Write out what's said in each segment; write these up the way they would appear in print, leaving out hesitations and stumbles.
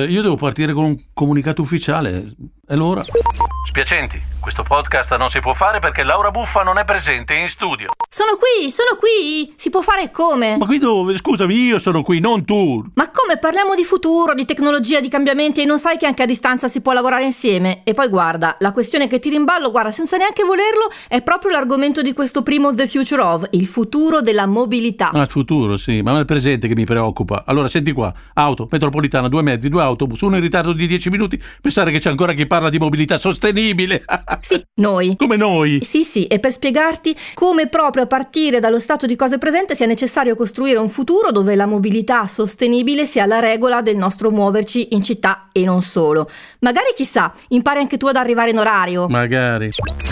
io devo partire con un comunicato ufficiale. È l'ora. Spiacenti, questo podcast non si può fare perché Laura Buffa non è presente in studio. Sono qui, si può fare come? Ma qui dove? Scusami, io sono qui, non tu. Ma come? Parliamo di futuro, di tecnologia, di cambiamenti e non sai che anche a distanza si può lavorare insieme? E poi guarda, la questione che tiri in ballo, guarda, senza neanche volerlo, è proprio l'argomento di questo primo The Future of, il futuro della mobilità. Ah, il futuro, sì, ma è il presente che mi preoccupa. Allora, senti qua, auto, metropolitana, 2 mezzi, 2 autobus, uno in ritardo di 10 minuti, pensare che c'è ancora chi parla di mobilità sostenibile. Sì, noi. Come noi? Sì, e per spiegarti come proprio a partire dallo stato di cose presente sia necessario costruire un futuro dove la mobilità sostenibile sia la regola del nostro muoverci in città e non solo. Magari, chissà, impari anche tu ad arrivare in orario. Magari.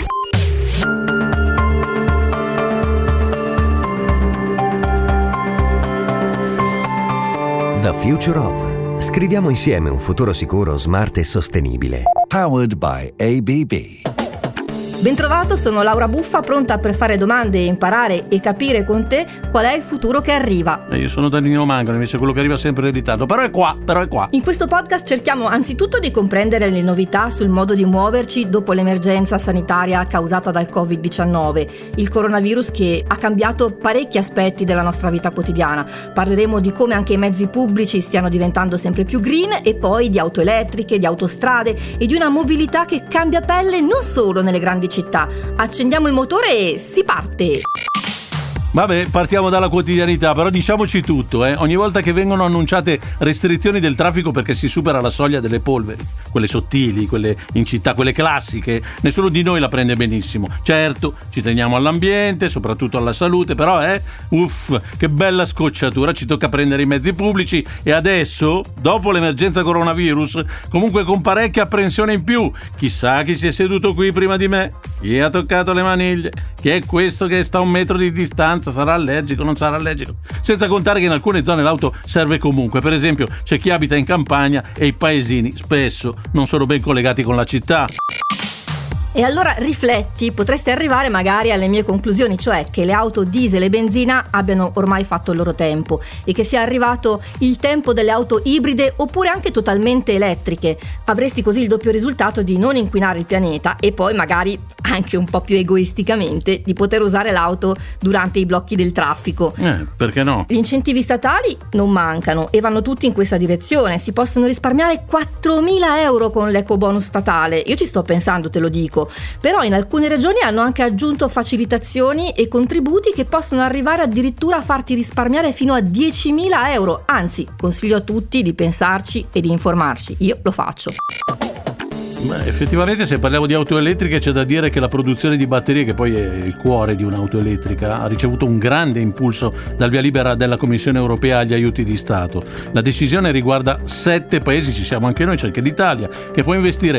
The Future of. Scriviamo insieme un futuro sicuro, smart e sostenibile. Powered by ABB. Bentrovato, sono Laura Buffa, pronta per fare domande e imparare e capire con te qual è il futuro che arriva. Io sono Danilo Mangano, invece quello che arriva sempre in ritardo, però è qua. In questo podcast cerchiamo anzitutto di comprendere le novità sul modo di muoverci dopo l'emergenza sanitaria causata dal Covid-19, il coronavirus che ha cambiato parecchi aspetti della nostra vita quotidiana. Parleremo di come anche i mezzi pubblici stiano diventando sempre più green e poi di auto elettriche, di autostrade e di una mobilità che cambia pelle non solo nelle grandi città. Accendiamo il motore e si parte! Vabbè, partiamo dalla quotidianità, però diciamoci tutto, ogni volta che vengono annunciate restrizioni del traffico perché si supera la soglia delle polveri, quelle sottili, quelle in città, quelle classiche, nessuno di noi la prende benissimo. Certo, ci teniamo all'ambiente, soprattutto alla salute, però che bella scocciatura, ci tocca prendere i mezzi pubblici e adesso, dopo l'emergenza coronavirus, comunque con parecchia apprensione in più. Chissà chi si è seduto qui prima di me, chi ha toccato le maniglie, chi è questo che sta a 1 metro di distanza, sarà allergico, non sarà allergico. Senza contare che in alcune zone l'auto serve comunque. Per esempio c'è chi abita in campagna e i paesini spesso non sono ben collegati con la città. E allora rifletti, potresti arrivare magari alle mie conclusioni, cioè che le auto diesel e benzina abbiano ormai fatto il loro tempo e che sia arrivato il tempo delle auto ibride oppure anche totalmente elettriche. Avresti così il doppio risultato di non inquinare il pianeta e poi magari anche un po' più egoisticamente di poter usare l'auto durante i blocchi del traffico. Perché no? Gli incentivi statali non mancano e vanno tutti in questa direzione. Si possono risparmiare 4.000 euro con l'ecobonus statale. Io ci sto pensando, te lo dico. Però in alcune regioni hanno anche aggiunto facilitazioni e contributi che possono arrivare addirittura a farti risparmiare fino a 10.000 euro. Anzi, consiglio a tutti di pensarci e di informarci. Io lo faccio. Ma effettivamente, se parliamo di auto elettriche, c'è da dire che la produzione di batterie, che poi è il cuore di un'auto elettrica, ha ricevuto un grande impulso dal via libera della Commissione Europea agli aiuti di Stato. La decisione riguarda 7 paesi, ci siamo anche noi, c'è anche l'Italia, che può investire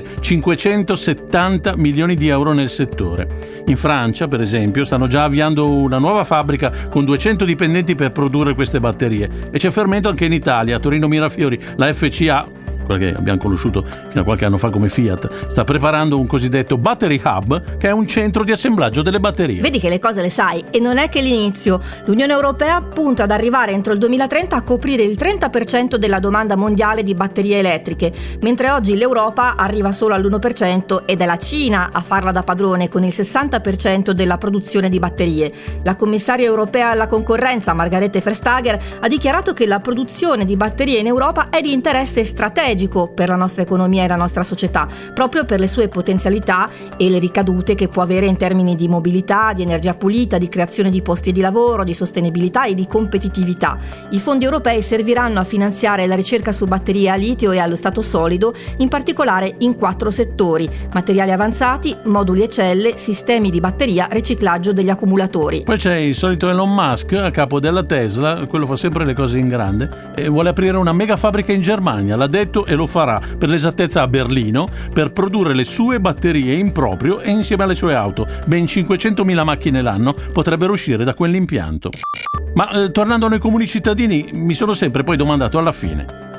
570 milioni di euro nel settore. In Francia, per esempio, stanno già avviando una nuova fabbrica con 200 dipendenti per produrre queste batterie. E c'è fermento anche in Italia. A Torino Mirafiori, la FCA, quella che abbiamo conosciuto fino a qualche anno fa come Fiat, sta preparando un cosiddetto Battery Hub, che è un centro di assemblaggio delle batterie. Vedi che le cose le sai, e non è che l'inizio. L'Unione Europea punta ad arrivare entro il 2030 a coprire il 30% della domanda mondiale di batterie elettriche, mentre oggi l'Europa arriva solo all'1% ed è la Cina a farla da padrone con il 60% della produzione di batterie. La commissaria europea alla concorrenza, Margrethe Vestager, ha dichiarato che la produzione di batterie in Europa è di interesse strategico per la nostra economia e la nostra società, proprio per le sue potenzialità e le ricadute che può avere in termini di mobilità, di energia pulita, di creazione di posti di lavoro, di sostenibilità e di competitività. I fondi europei serviranno a finanziare la ricerca su batterie a litio e allo stato solido, in particolare in 4 settori: materiali avanzati, moduli e celle, sistemi di batteria, riciclaggio degli accumulatori. Poi c'è il solito Elon Musk, a capo della Tesla, quello fa sempre le cose in grande, e vuole aprire una mega fabbrica in Germania, l'ha detto, e lo farà per l'esattezza a Berlino, per produrre le sue batterie in proprio e insieme alle sue auto. Ben 500.000 macchine l'anno potrebbero uscire da quell'impianto. Ma tornando a noi comuni cittadini, mi sono sempre poi domandato alla fine: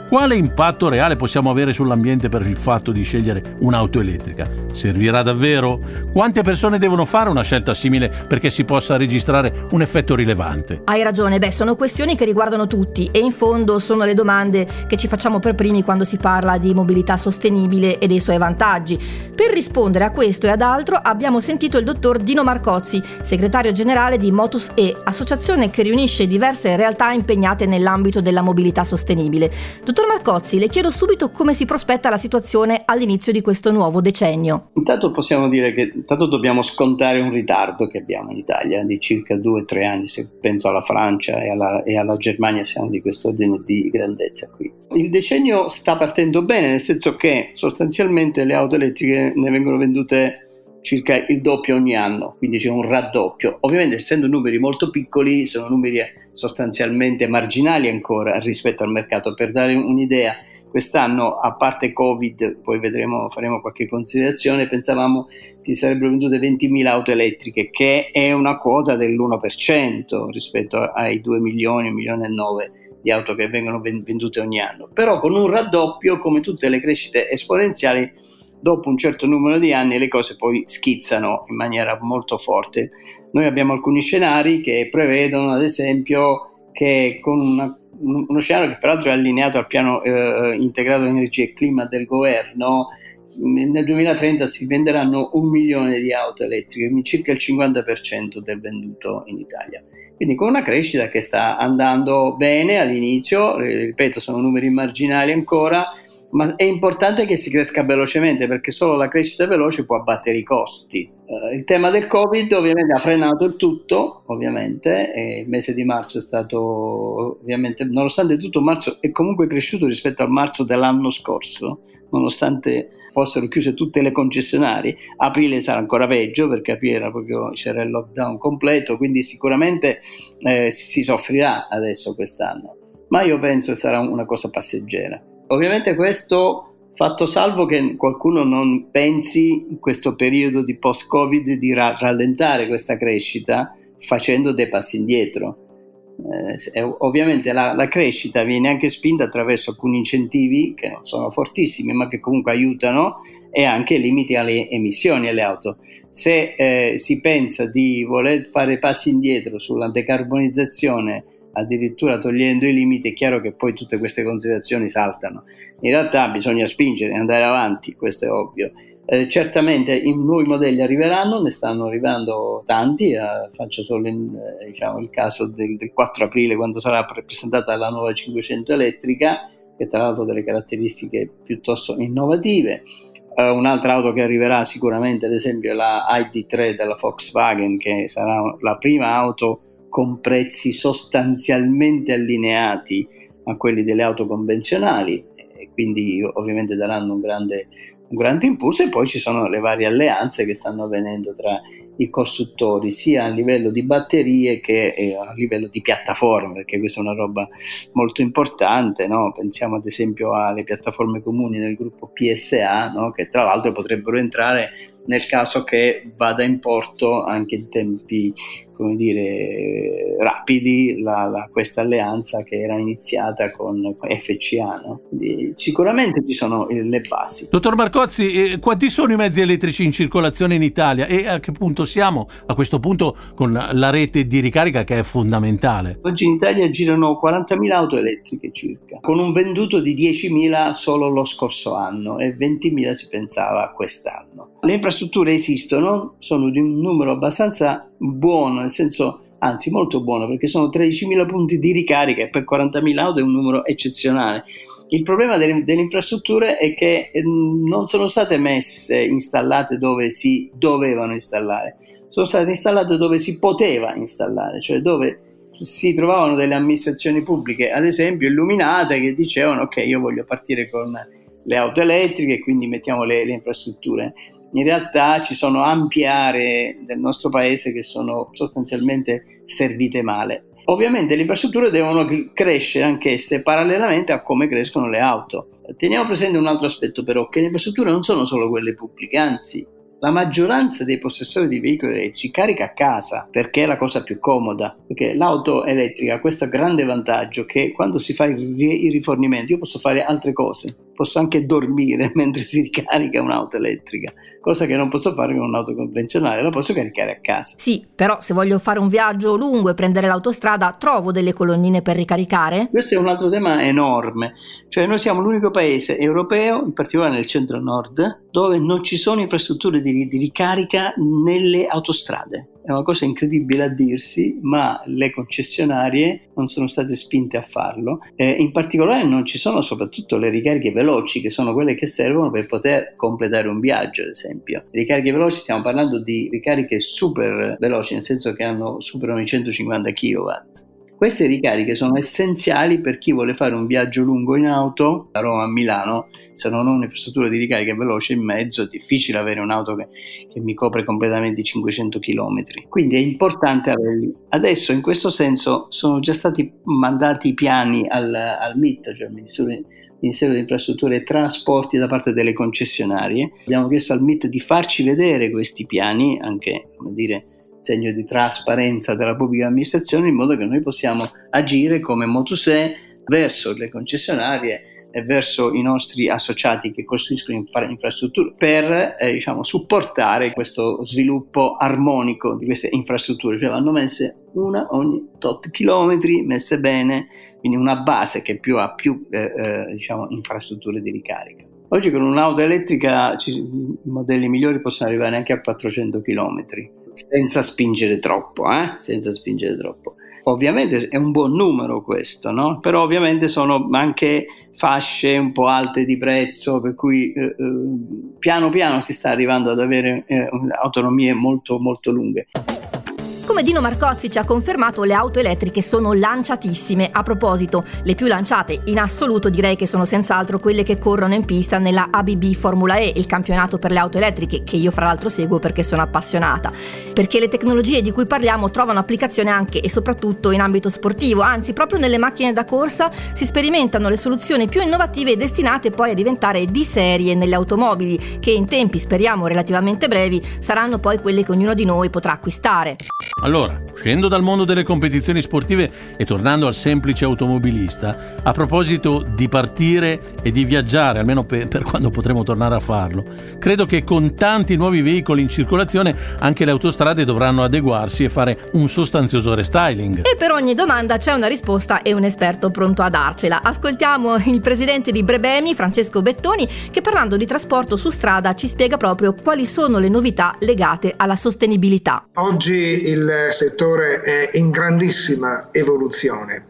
Quale impatto reale possiamo avere sull'ambiente per il fatto di scegliere un'auto elettrica? Servirà davvero? Quante persone devono fare una scelta simile perché si possa registrare un effetto rilevante? Hai ragione, sono questioni che riguardano tutti e in fondo sono le domande che ci facciamo per primi quando si parla di mobilità sostenibile e dei suoi vantaggi. Per rispondere a questo e ad altro abbiamo sentito il dottor Dino Marcozzi, segretario generale di Motus E, associazione che riunisce diverse realtà impegnate nell'ambito della mobilità sostenibile. Dottor Marcozzi, le chiedo subito come si prospetta la situazione all'inizio di questo nuovo decennio. Intanto possiamo dire che dobbiamo scontare un ritardo che abbiamo in Italia di circa 2-3 anni, se penso alla Francia e alla Germania siamo di questo ordine di grandezza qui. Il decennio sta partendo bene, nel senso che sostanzialmente le auto elettriche ne vengono vendute circa il doppio ogni anno, quindi c'è un raddoppio. Ovviamente essendo numeri molto piccoli sono numeri sostanzialmente marginali ancora rispetto al mercato. Per dare un'idea, quest'anno, a parte Covid, poi vedremo, faremo qualche considerazione, pensavamo che sarebbero vendute 20.000 auto elettriche, che è una quota dell'1% rispetto ai 2 milioni, 1,9 milioni di auto che vengono vendute ogni anno. Però con un raddoppio, come tutte le crescite esponenziali, dopo un certo numero di anni le cose poi schizzano in maniera molto forte. Noi abbiamo alcuni scenari che prevedono, ad esempio, che con uno scenario che peraltro è allineato al piano integrato energia e clima del governo, nel 2030 si venderanno 1 milione di auto elettriche, circa il 50% del venduto in Italia. Quindi con una crescita che sta andando bene all'inizio, ripeto, sono numeri marginali ancora, ma è importante che si cresca velocemente, perché solo la crescita veloce può abbattere i costi. Il tema del Covid ovviamente ha frenato il tutto, ovviamente, e il mese di marzo è stato, ovviamente, nonostante tutto, marzo è comunque cresciuto rispetto al marzo dell'anno scorso, nonostante fossero chiuse tutte le concessionarie. Aprile sarà ancora peggio, perché aprile c'era il lockdown completo, quindi sicuramente si soffrirà adesso quest'anno, ma io penso che sarà una cosa passeggera. Ovviamente questo fatto salvo che qualcuno non pensi in questo periodo di post-Covid di rallentare questa crescita facendo dei passi indietro. Ovviamente la crescita viene anche spinta attraverso alcuni incentivi che non sono fortissimi ma che comunque aiutano, e anche limiti alle emissioni alle auto. Se si pensa di voler fare passi indietro sulla decarbonizzazione, addirittura togliendo i limiti, è chiaro che poi tutte queste considerazioni saltano. In realtà bisogna spingere e andare avanti, questo è ovvio. Certamente i nuovi modelli arriveranno, ne stanno arrivando tanti, faccio solo il caso del 4 aprile, quando sarà presentata la nuova 500 elettrica, che tra l'altro ha delle caratteristiche piuttosto innovative. Un'altra auto che arriverà sicuramente, ad esempio, è la ID3 della Volkswagen, che sarà la prima auto con prezzi sostanzialmente allineati a quelli delle auto convenzionali, e quindi ovviamente daranno un grande impulso. E poi ci sono le varie alleanze che stanno avvenendo tra i costruttori, sia a livello di batterie che a livello di piattaforme, perché questa è una roba molto importante, no? Pensiamo ad esempio alle piattaforme comuni del gruppo PSA, no? Che tra l'altro potrebbero entrare nel caso che vada in porto anche in tempi, come dire, rapidi questa alleanza che era iniziata con FCA, no? Quindi sicuramente ci sono le basi. Dottor Marcozzi, quanti sono i mezzi elettrici in circolazione in Italia e a che punto siamo a questo punto con la rete di ricarica, che è fondamentale? Oggi in Italia girano 40.000 auto elettriche circa, con un venduto di 10.000 solo lo scorso anno e 20.000 si pensava quest'anno. Le infrastrutture esistono, sono di un numero abbastanza buono, nel senso, anzi molto buono, perché sono 13.000 punti di ricarica e per 40.000 auto è un numero eccezionale. Il problema delle infrastrutture è che non sono state installate dove si dovevano installare, sono state installate dove si poteva installare, cioè dove si trovavano delle amministrazioni pubbliche, ad esempio illuminate, che dicevano ok, io voglio partire con le auto elettriche e quindi mettiamo le infrastrutture. In realtà ci sono ampie aree del nostro paese che sono sostanzialmente servite male. Ovviamente le infrastrutture devono crescere anch'esse parallelamente a come crescono le auto. Teniamo presente un altro aspetto però, che le infrastrutture non sono solo quelle pubbliche, anzi La maggioranza dei possessori di veicoli elettrici carica a casa perché è la cosa più comoda, perché l'auto elettrica ha questo grande vantaggio che quando si fa il rifornimento io posso fare altre cose, posso anche dormire mentre si ricarica un'auto elettrica, cosa che non posso fare con un'auto convenzionale, la posso caricare a casa. Sì, però se voglio fare un viaggio lungo e prendere l'autostrada, trovo delle colonnine per ricaricare? Questo è un altro tema enorme, cioè noi siamo l'unico paese europeo, in particolare nel centro-nord, dove non ci sono infrastrutture di ricarica nelle autostrade. È una cosa incredibile a dirsi, ma le concessionarie non sono state spinte a farlo. In particolare non ci sono soprattutto le ricariche veloci, che sono quelle che servono per poter completare un viaggio, ad esempio. Le ricariche veloci, stiamo parlando di ricariche super veloci, nel senso che superano i 150 kW. Queste ricariche sono essenziali per chi vuole fare un viaggio lungo in auto da Roma a Milano. Se non ho un'infrastruttura di ricarica veloce in mezzo è difficile avere un'auto che mi copre completamente i 500 km. Quindi è importante averli. Adesso in questo senso sono già stati mandati i piani al MIT, cioè al Ministero delle Infrastrutture e Trasporti, da parte delle concessionarie. Abbiamo chiesto al MIT di farci vedere questi piani, anche segno di trasparenza della pubblica amministrazione, in modo che noi possiamo agire come Motus-E verso le concessionarie e verso i nostri associati che costruiscono infrastrutture per supportare questo sviluppo armonico di queste infrastrutture, cioè vanno messe una ogni tot chilometri, messe bene, quindi una base che ha più infrastrutture di ricarica. Oggi con un'auto elettrica i modelli migliori possono arrivare anche a 400 km senza spingere troppo, Ovviamente è un buon numero questo, no? Però ovviamente sono anche fasce un po' alte di prezzo, per cui piano piano si sta arrivando ad avere autonomie molto molto lunghe. Come Dino Marcozzi ci ha confermato, le auto elettriche sono lanciatissime. A proposito, le più lanciate in assoluto direi che sono senz'altro quelle che corrono in pista nella ABB Formula E, il campionato per le auto elettriche, che io fra l'altro seguo perché sono appassionata. Perché le tecnologie di cui parliamo trovano applicazione anche e soprattutto in ambito sportivo, anzi proprio nelle macchine da corsa si sperimentano le soluzioni più innovative destinate poi a diventare di serie nelle automobili, che in tempi speriamo relativamente brevi saranno poi quelle che ognuno di noi potrà acquistare. Allora, uscendo dal mondo delle competizioni sportive e tornando al semplice automobilista, a proposito di partire e di viaggiare, almeno per quando potremo tornare a farlo, credo che con tanti nuovi veicoli in circolazione anche le autostrade dovranno adeguarsi e fare un sostanzioso restyling. E per ogni domanda c'è una risposta e un esperto pronto a darcela. Ascoltiamo il presidente di Brebemi, Francesco Bettoni, che parlando di trasporto su strada ci spiega proprio quali sono le novità legate alla sostenibilità. Oggi il settore è in grandissima evoluzione.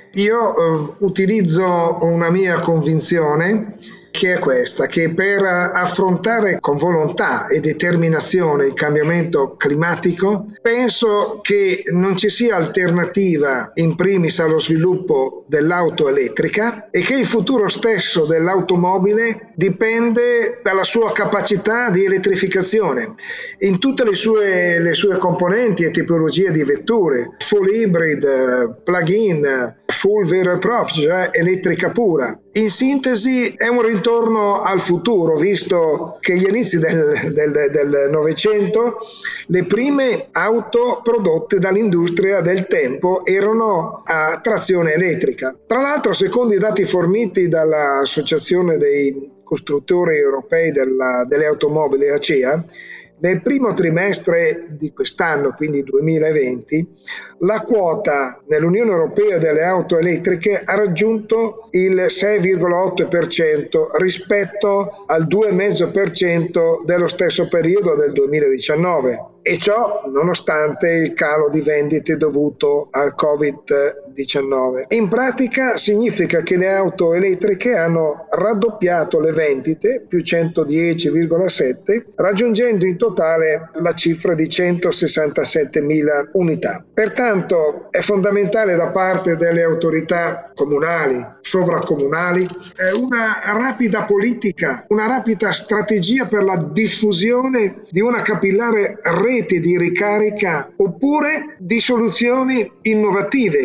Io utilizzo una mia convinzione, che è questa, che per affrontare con volontà e determinazione il cambiamento climatico, penso che non ci sia alternativa in primis allo sviluppo dell'auto elettrica e che il futuro stesso dell'automobile dipende dalla sua capacità di elettrificazione in tutte le sue componenti e tipologie di vetture, full hybrid, plug-in, full vero e proprio, cioè elettrica pura. In sintesi è un ritorno al futuro, visto che agli inizi del Novecento le prime auto prodotte dall'industria del tempo erano a trazione elettrica. Tra l'altro, secondo i dati forniti dall'Associazione dei costruttori europei delle automobili, ACEA, nel primo trimestre di quest'anno, quindi 2020, la quota nell'Unione Europea delle auto elettriche ha raggiunto il 6,8% rispetto al 2,5% dello stesso periodo del 2019. E ciò nonostante il calo di vendite dovuto al Covid-19. In pratica significa che le auto elettriche hanno raddoppiato le vendite, più 110,7, raggiungendo in totale la cifra di 167.000 unità. Pertanto è fondamentale da parte delle autorità comunali, sovracomunali, una rapida politica, una rapida strategia per la diffusione di una capillare rete di ricarica oppure di soluzioni innovative di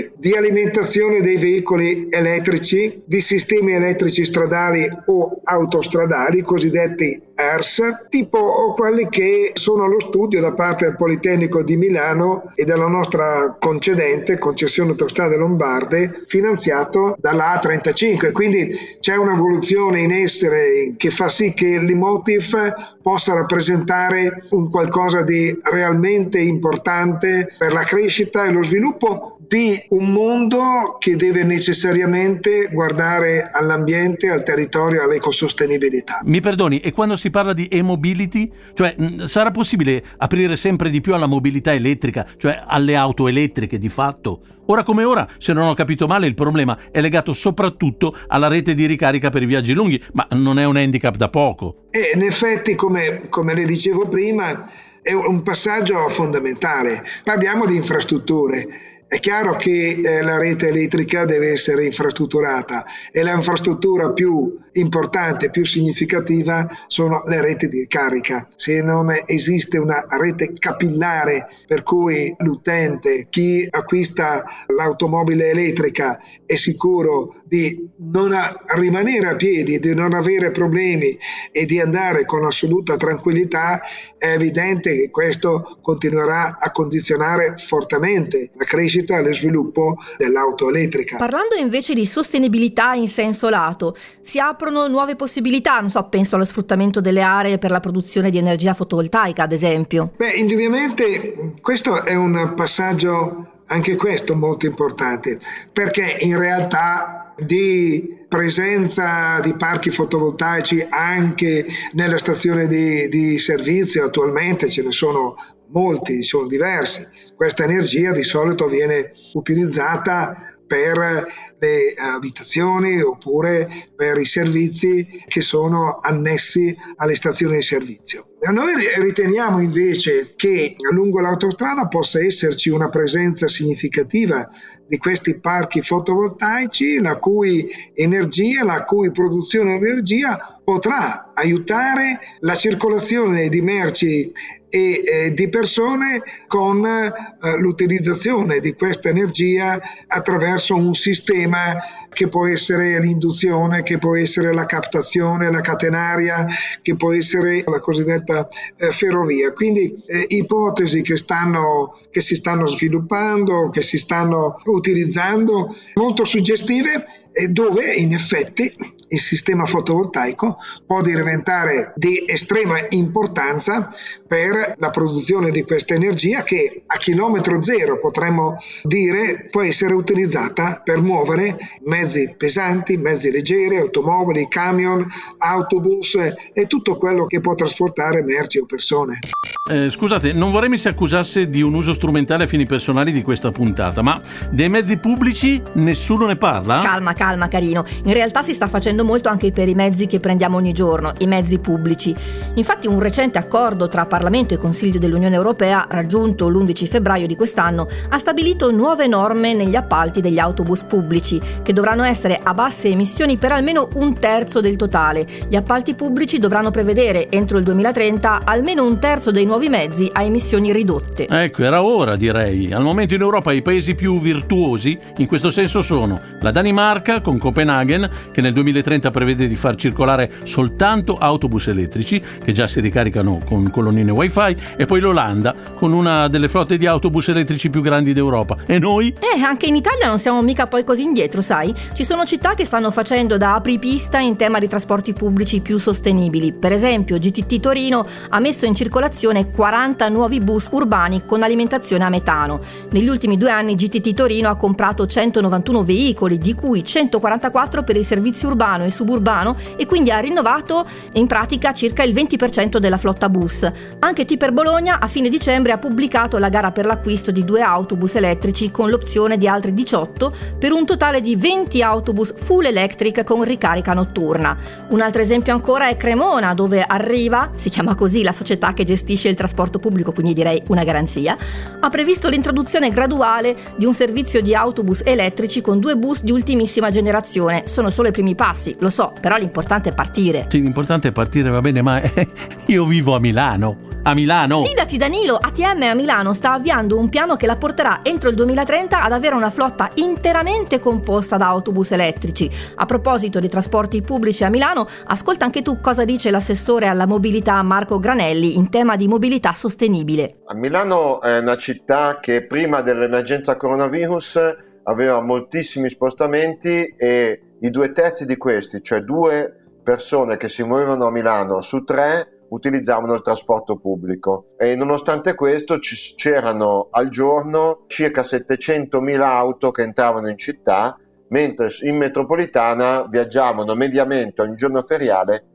alimentazione dei veicoli elettrici, di sistemi elettrici stradali o autostradali, cosiddetti ERS, tipo quelli che sono allo studio da parte del Politecnico di Milano e della nostra concedente, Concessione Autostrade Lombarde, finanziato dalla A35. Quindi c'è un'evoluzione in essere che fa sì che l'Emotiv possa rappresentare un qualcosa di realmente importante per la crescita e lo sviluppo di un mondo che deve necessariamente guardare all'ambiente, al territorio, all'ecosostenibilità. Mi perdoni, e quando si parla di e-mobility, cioè sarà possibile aprire sempre di più alla mobilità elettrica, cioè alle auto elettriche di fatto? Ora come ora, se non ho capito male, il problema è legato soprattutto alla rete di ricarica per i viaggi lunghi, ma non è un handicap da poco. E in effetti, come le dicevo prima, è un passaggio fondamentale. Parliamo di infrastrutture. È chiaro che la rete elettrica deve essere infrastrutturata e l'infrastruttura più importante, più significativa sono le reti di ricarica. Se non esiste una rete capillare per cui l'utente, chi acquista l'automobile elettrica, è sicuro di non rimanere a piedi, di non avere problemi e di andare con assoluta tranquillità, è evidente che questo continuerà a condizionare fortemente la crescita e lo sviluppo dell'auto elettrica. Parlando invece di sostenibilità in senso lato, si aprono nuove possibilità, penso allo sfruttamento delle aree per la produzione di energia fotovoltaica, ad esempio. Indubbiamente questo è un passaggio, anche questo molto importante, perché in realtà di presenza di parchi fotovoltaici anche nella stazione di servizio attualmente ce ne sono molti, sono diversi. Questa energia di solito viene utilizzata per le abitazioni oppure per i servizi che sono annessi alle stazioni di servizio. Noi riteniamo invece che lungo l'autostrada possa esserci una presenza significativa di questi parchi fotovoltaici, la cui produzione di energia potrà aiutare la circolazione di merci e di persone con l'utilizzazione di questa energia attraverso un sistema che può essere l'induzione, che può essere la captazione, la catenaria, che può essere la cosiddetta ferrovia. Quindi ipotesi che si stanno sviluppando, che si stanno utilizzando, molto suggestive, dove in effetti il sistema fotovoltaico può diventare di estrema importanza per la produzione di questa energia che a chilometro zero, potremmo dire, può essere utilizzata per muovere mezzi pesanti, mezzi leggeri, automobili, camion, autobus e tutto quello che può trasportare merci o persone. Scusate, non vorrei mi si accusasse di un uso strumentale a fini personali di questa puntata, ma dei mezzi pubblici nessuno ne parla? Calma carino, in realtà si sta facendo molto anche per i mezzi che prendiamo ogni giorno, i mezzi pubblici. Infatti un recente accordo tra Parlamento e Consiglio dell'Unione Europea, raggiunto l'11 febbraio di quest'anno, ha stabilito nuove norme negli appalti degli autobus pubblici, che dovranno essere a basse emissioni per almeno un terzo del totale. Gli appalti pubblici dovranno prevedere entro il 2030 almeno un terzo dei nuovi mezzi a emissioni ridotte. Ecco, era ora, direi. Al momento in Europa i paesi più virtuosi in questo senso sono la Danimarca con Copenaghen, che nel 2030 prevede di far circolare soltanto autobus elettrici che già si ricaricano con colonnine wifi, e poi l'Olanda con una delle flotte di autobus elettrici più grandi d'Europa. E noi? Anche in Italia non siamo mica poi così indietro, sai? Ci sono città che stanno facendo da apripista in tema di trasporti pubblici più sostenibili. Per esempio GTT Torino ha messo in circolazione 40 nuovi bus urbani con alimentazione a metano. Negli ultimi 2 anni GTT Torino ha comprato 191 veicoli, di cui 144 per il servizio urbano e suburbano, e quindi ha rinnovato in pratica circa il 20% della flotta bus. Anche Tiper Bologna a fine dicembre ha pubblicato la gara per l'acquisto di 2 autobus elettrici con l'opzione di altri 18 per un totale di 20 autobus full electric con ricarica notturna. Un altro esempio ancora è Cremona, dove Arriva, si chiama così la società che gestisce il trasporto pubblico, quindi direi una garanzia, ha previsto l'introduzione graduale di un servizio di autobus elettrici con 2 bus di ultimissima generazione. Sono solo i primi passi, lo so, però l'importante è partire. Sì, l'importante è partire, va bene, ma io vivo a Milano. a Milano. Fidati Danilo, ATM a Milano sta avviando un piano che la porterà entro il 2030 ad avere una flotta interamente composta da autobus elettrici. A proposito dei trasporti pubblici a Milano, ascolta anche tu cosa dice l'assessore alla mobilità Marco Granelli in tema di mobilità sostenibile. A Milano è una città che prima dell'emergenza coronavirus aveva moltissimi spostamenti e i 2/3 di questi, cioè 2 persone che si muovevano a Milano su 3, utilizzavano il trasporto pubblico e nonostante questo c'erano al giorno circa 700.000 auto che entravano in città, mentre in metropolitana viaggiavano mediamente ogni giorno feriale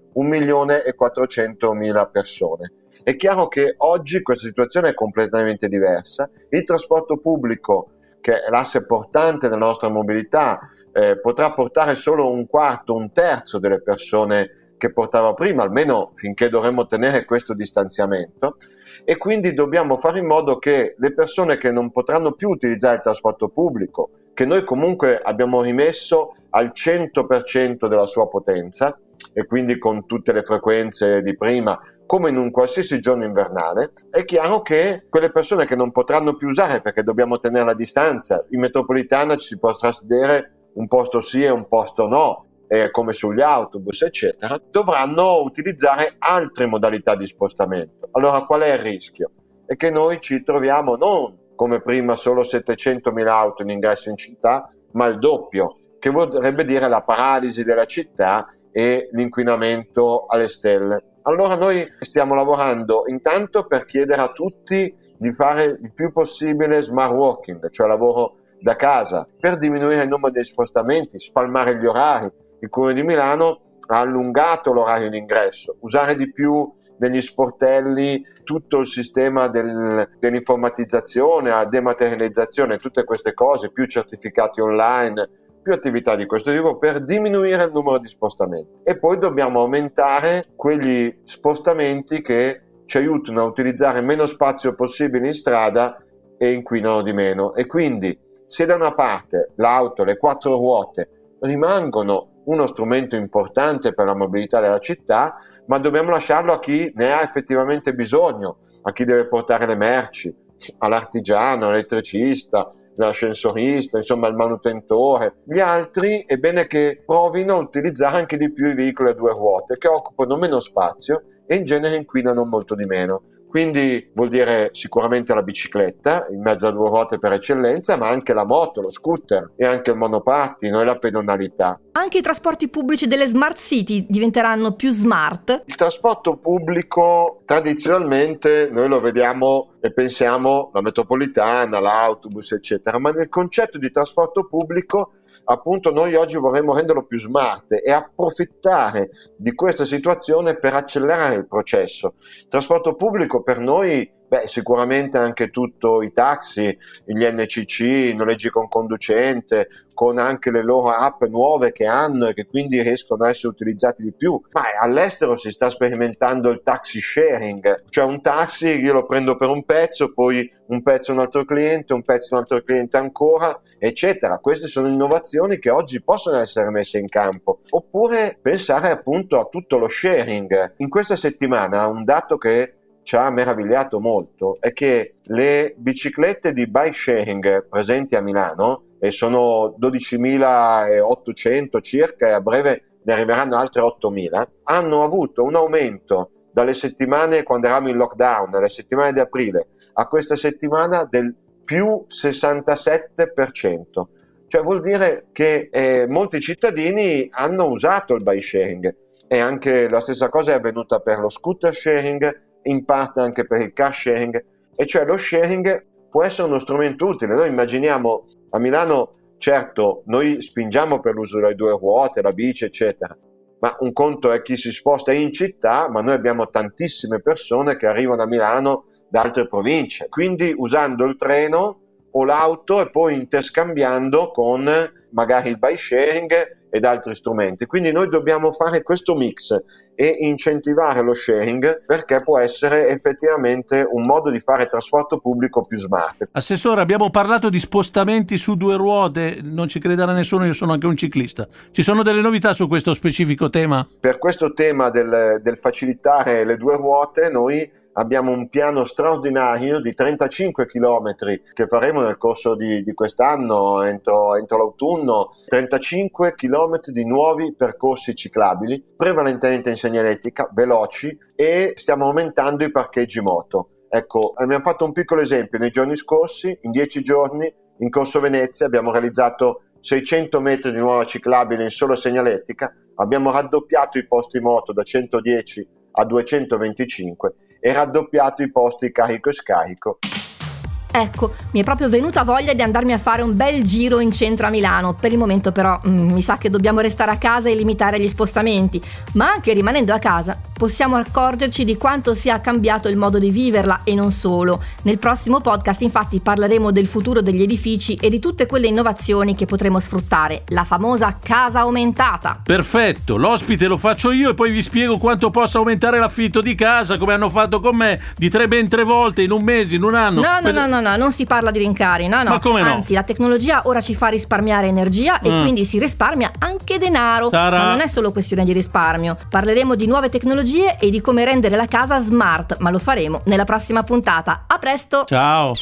1.400.000 persone. È chiaro che oggi questa situazione è completamente diversa. Il trasporto pubblico, che è l'asse portante della nostra mobilità, potrà portare solo 1/4, 1/3 delle persone che portava prima, almeno finché dovremo tenere questo distanziamento, e quindi dobbiamo fare in modo che le persone che non potranno più utilizzare il trasporto pubblico, che noi comunque abbiamo rimesso al 100% della sua potenza e quindi con tutte le frequenze di prima, come in un qualsiasi giorno invernale, è chiaro che quelle persone che non potranno più usare perché dobbiamo tenere la distanza, in metropolitana ci si potrà sedere un posto sì e un posto no, come sugli autobus eccetera, dovranno utilizzare altre modalità di spostamento. Allora qual è il rischio? È che noi ci troviamo non come prima solo 700.000 auto in ingresso in città, ma il doppio, che vorrebbe dire la paralisi della città e l'inquinamento alle stelle. Allora noi stiamo lavorando intanto per chiedere a tutti di fare il più possibile smart working, cioè lavoro da casa, per diminuire il numero dei spostamenti, spalmare gli orari. Il Comune di Milano ha allungato l'orario di ingresso, usare di più degli sportelli, tutto il sistema dell'informatizzazione, la dematerializzazione, tutte queste cose, più certificati online, più attività di questo tipo per diminuire il numero di spostamenti. E poi dobbiamo aumentare quegli spostamenti che ci aiutano a utilizzare meno spazio possibile in strada e inquinano di meno. E quindi se da una parte l'auto, le 4 ruote rimangono uno strumento importante per la mobilità della città, ma dobbiamo lasciarlo a chi ne ha effettivamente bisogno, a chi deve portare le merci, all'artigiano, all'elettricista, l'ascensorista, insomma il manutentore. Gli altri è bene che provino a utilizzare anche di più i veicoli a 2 ruote, che occupano meno spazio e in genere inquinano molto di meno. Quindi vuol dire sicuramente la bicicletta, il mezzo a 2 ruote per eccellenza, ma anche la moto, lo scooter e anche il monopattino e la pedonalità. Anche i trasporti pubblici delle smart city diventeranno più smart. Il trasporto pubblico tradizionalmente noi lo vediamo e pensiamo la metropolitana, l'autobus eccetera, ma nel concetto di trasporto pubblico appunto noi oggi vorremmo renderlo più smart e approfittare di questa situazione per accelerare il processo. Il trasporto pubblico per noi, sicuramente anche tutto i taxi, gli NCC, i noleggi con conducente, con anche le loro app nuove che hanno e che quindi riescono a essere utilizzati di più. Ma all'estero si sta sperimentando il taxi sharing, cioè un taxi io lo prendo per un pezzo, poi un pezzo un altro cliente, un pezzo un altro cliente ancora, eccetera. Queste sono innovazioni che oggi possono essere messe in campo. Oppure pensare appunto a tutto lo sharing. In questa settimana un dato che ci ha meravigliato molto è che le biciclette di bike sharing presenti a Milano, e sono 12.800 circa e a breve ne arriveranno altre 8.000, hanno avuto un aumento dalle settimane quando eravamo in lockdown, alle settimane di aprile a questa settimana del più 67%. Cioè vuol dire che molti cittadini hanno usato il bike sharing, e anche la stessa cosa è avvenuta per lo scooter sharing, in parte anche per il car sharing, e cioè lo sharing può essere uno strumento utile. Noi immaginiamo a Milano, certo, noi spingiamo per l'uso delle 2 ruote, la bici eccetera, ma un conto è chi si sposta in città, ma noi abbiamo tantissime persone che arrivano a Milano da altre province, quindi usando il treno o l'auto e poi interscambiando con magari il bike sharing ed altri strumenti. Quindi noi dobbiamo fare questo mix e incentivare lo sharing, perché può essere effettivamente un modo di fare trasporto pubblico più smart. Assessore, abbiamo parlato di spostamenti su 2 ruote, non ci crederà nessuno, io sono anche un ciclista. Ci sono delle novità su questo specifico tema? Per questo tema del facilitare le 2 ruote noi abbiamo un piano straordinario di 35 chilometri che faremo nel corso di quest'anno, entro l'autunno, 35 chilometri di nuovi percorsi ciclabili, prevalentemente in segnaletica, veloci, e stiamo aumentando i parcheggi moto. Ecco, abbiamo fatto un piccolo esempio. Nei giorni scorsi, in 10 giorni, in Corso Venezia abbiamo realizzato 600 metri di nuova ciclabile in solo segnaletica, abbiamo raddoppiato i posti moto da 110 a 225 e raddoppiato i posti carico e scarico. Ecco, mi è proprio venuta voglia di andarmi a fare un bel giro in centro a Milano. Per il momento però mi sa che dobbiamo restare a casa e limitare gli spostamenti, ma anche rimanendo a casa possiamo accorgerci di quanto sia cambiato il modo di viverla, e non solo. Nel prossimo podcast infatti parleremo del futuro degli edifici e di tutte quelle innovazioni che potremo sfruttare, la famosa casa aumentata. Perfetto, l'ospite lo faccio io e poi vi spiego quanto possa aumentare l'affitto di casa, come hanno fatto con me, di 3 volte in un mese, in un anno. No, non si parla di rincari, no. Ma come no? Anzi, la tecnologia ora ci fa risparmiare energia e quindi si risparmia anche denaro. Sarà. Ma non è solo questione di risparmio. Parleremo di nuove tecnologie e di come rendere la casa smart, ma lo faremo nella prossima puntata. A presto! Ciao!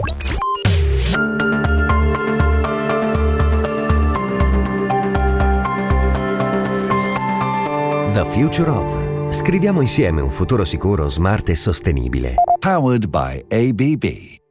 The Future of. Scriviamo insieme un futuro sicuro, smart e sostenibile. Powered by ABB.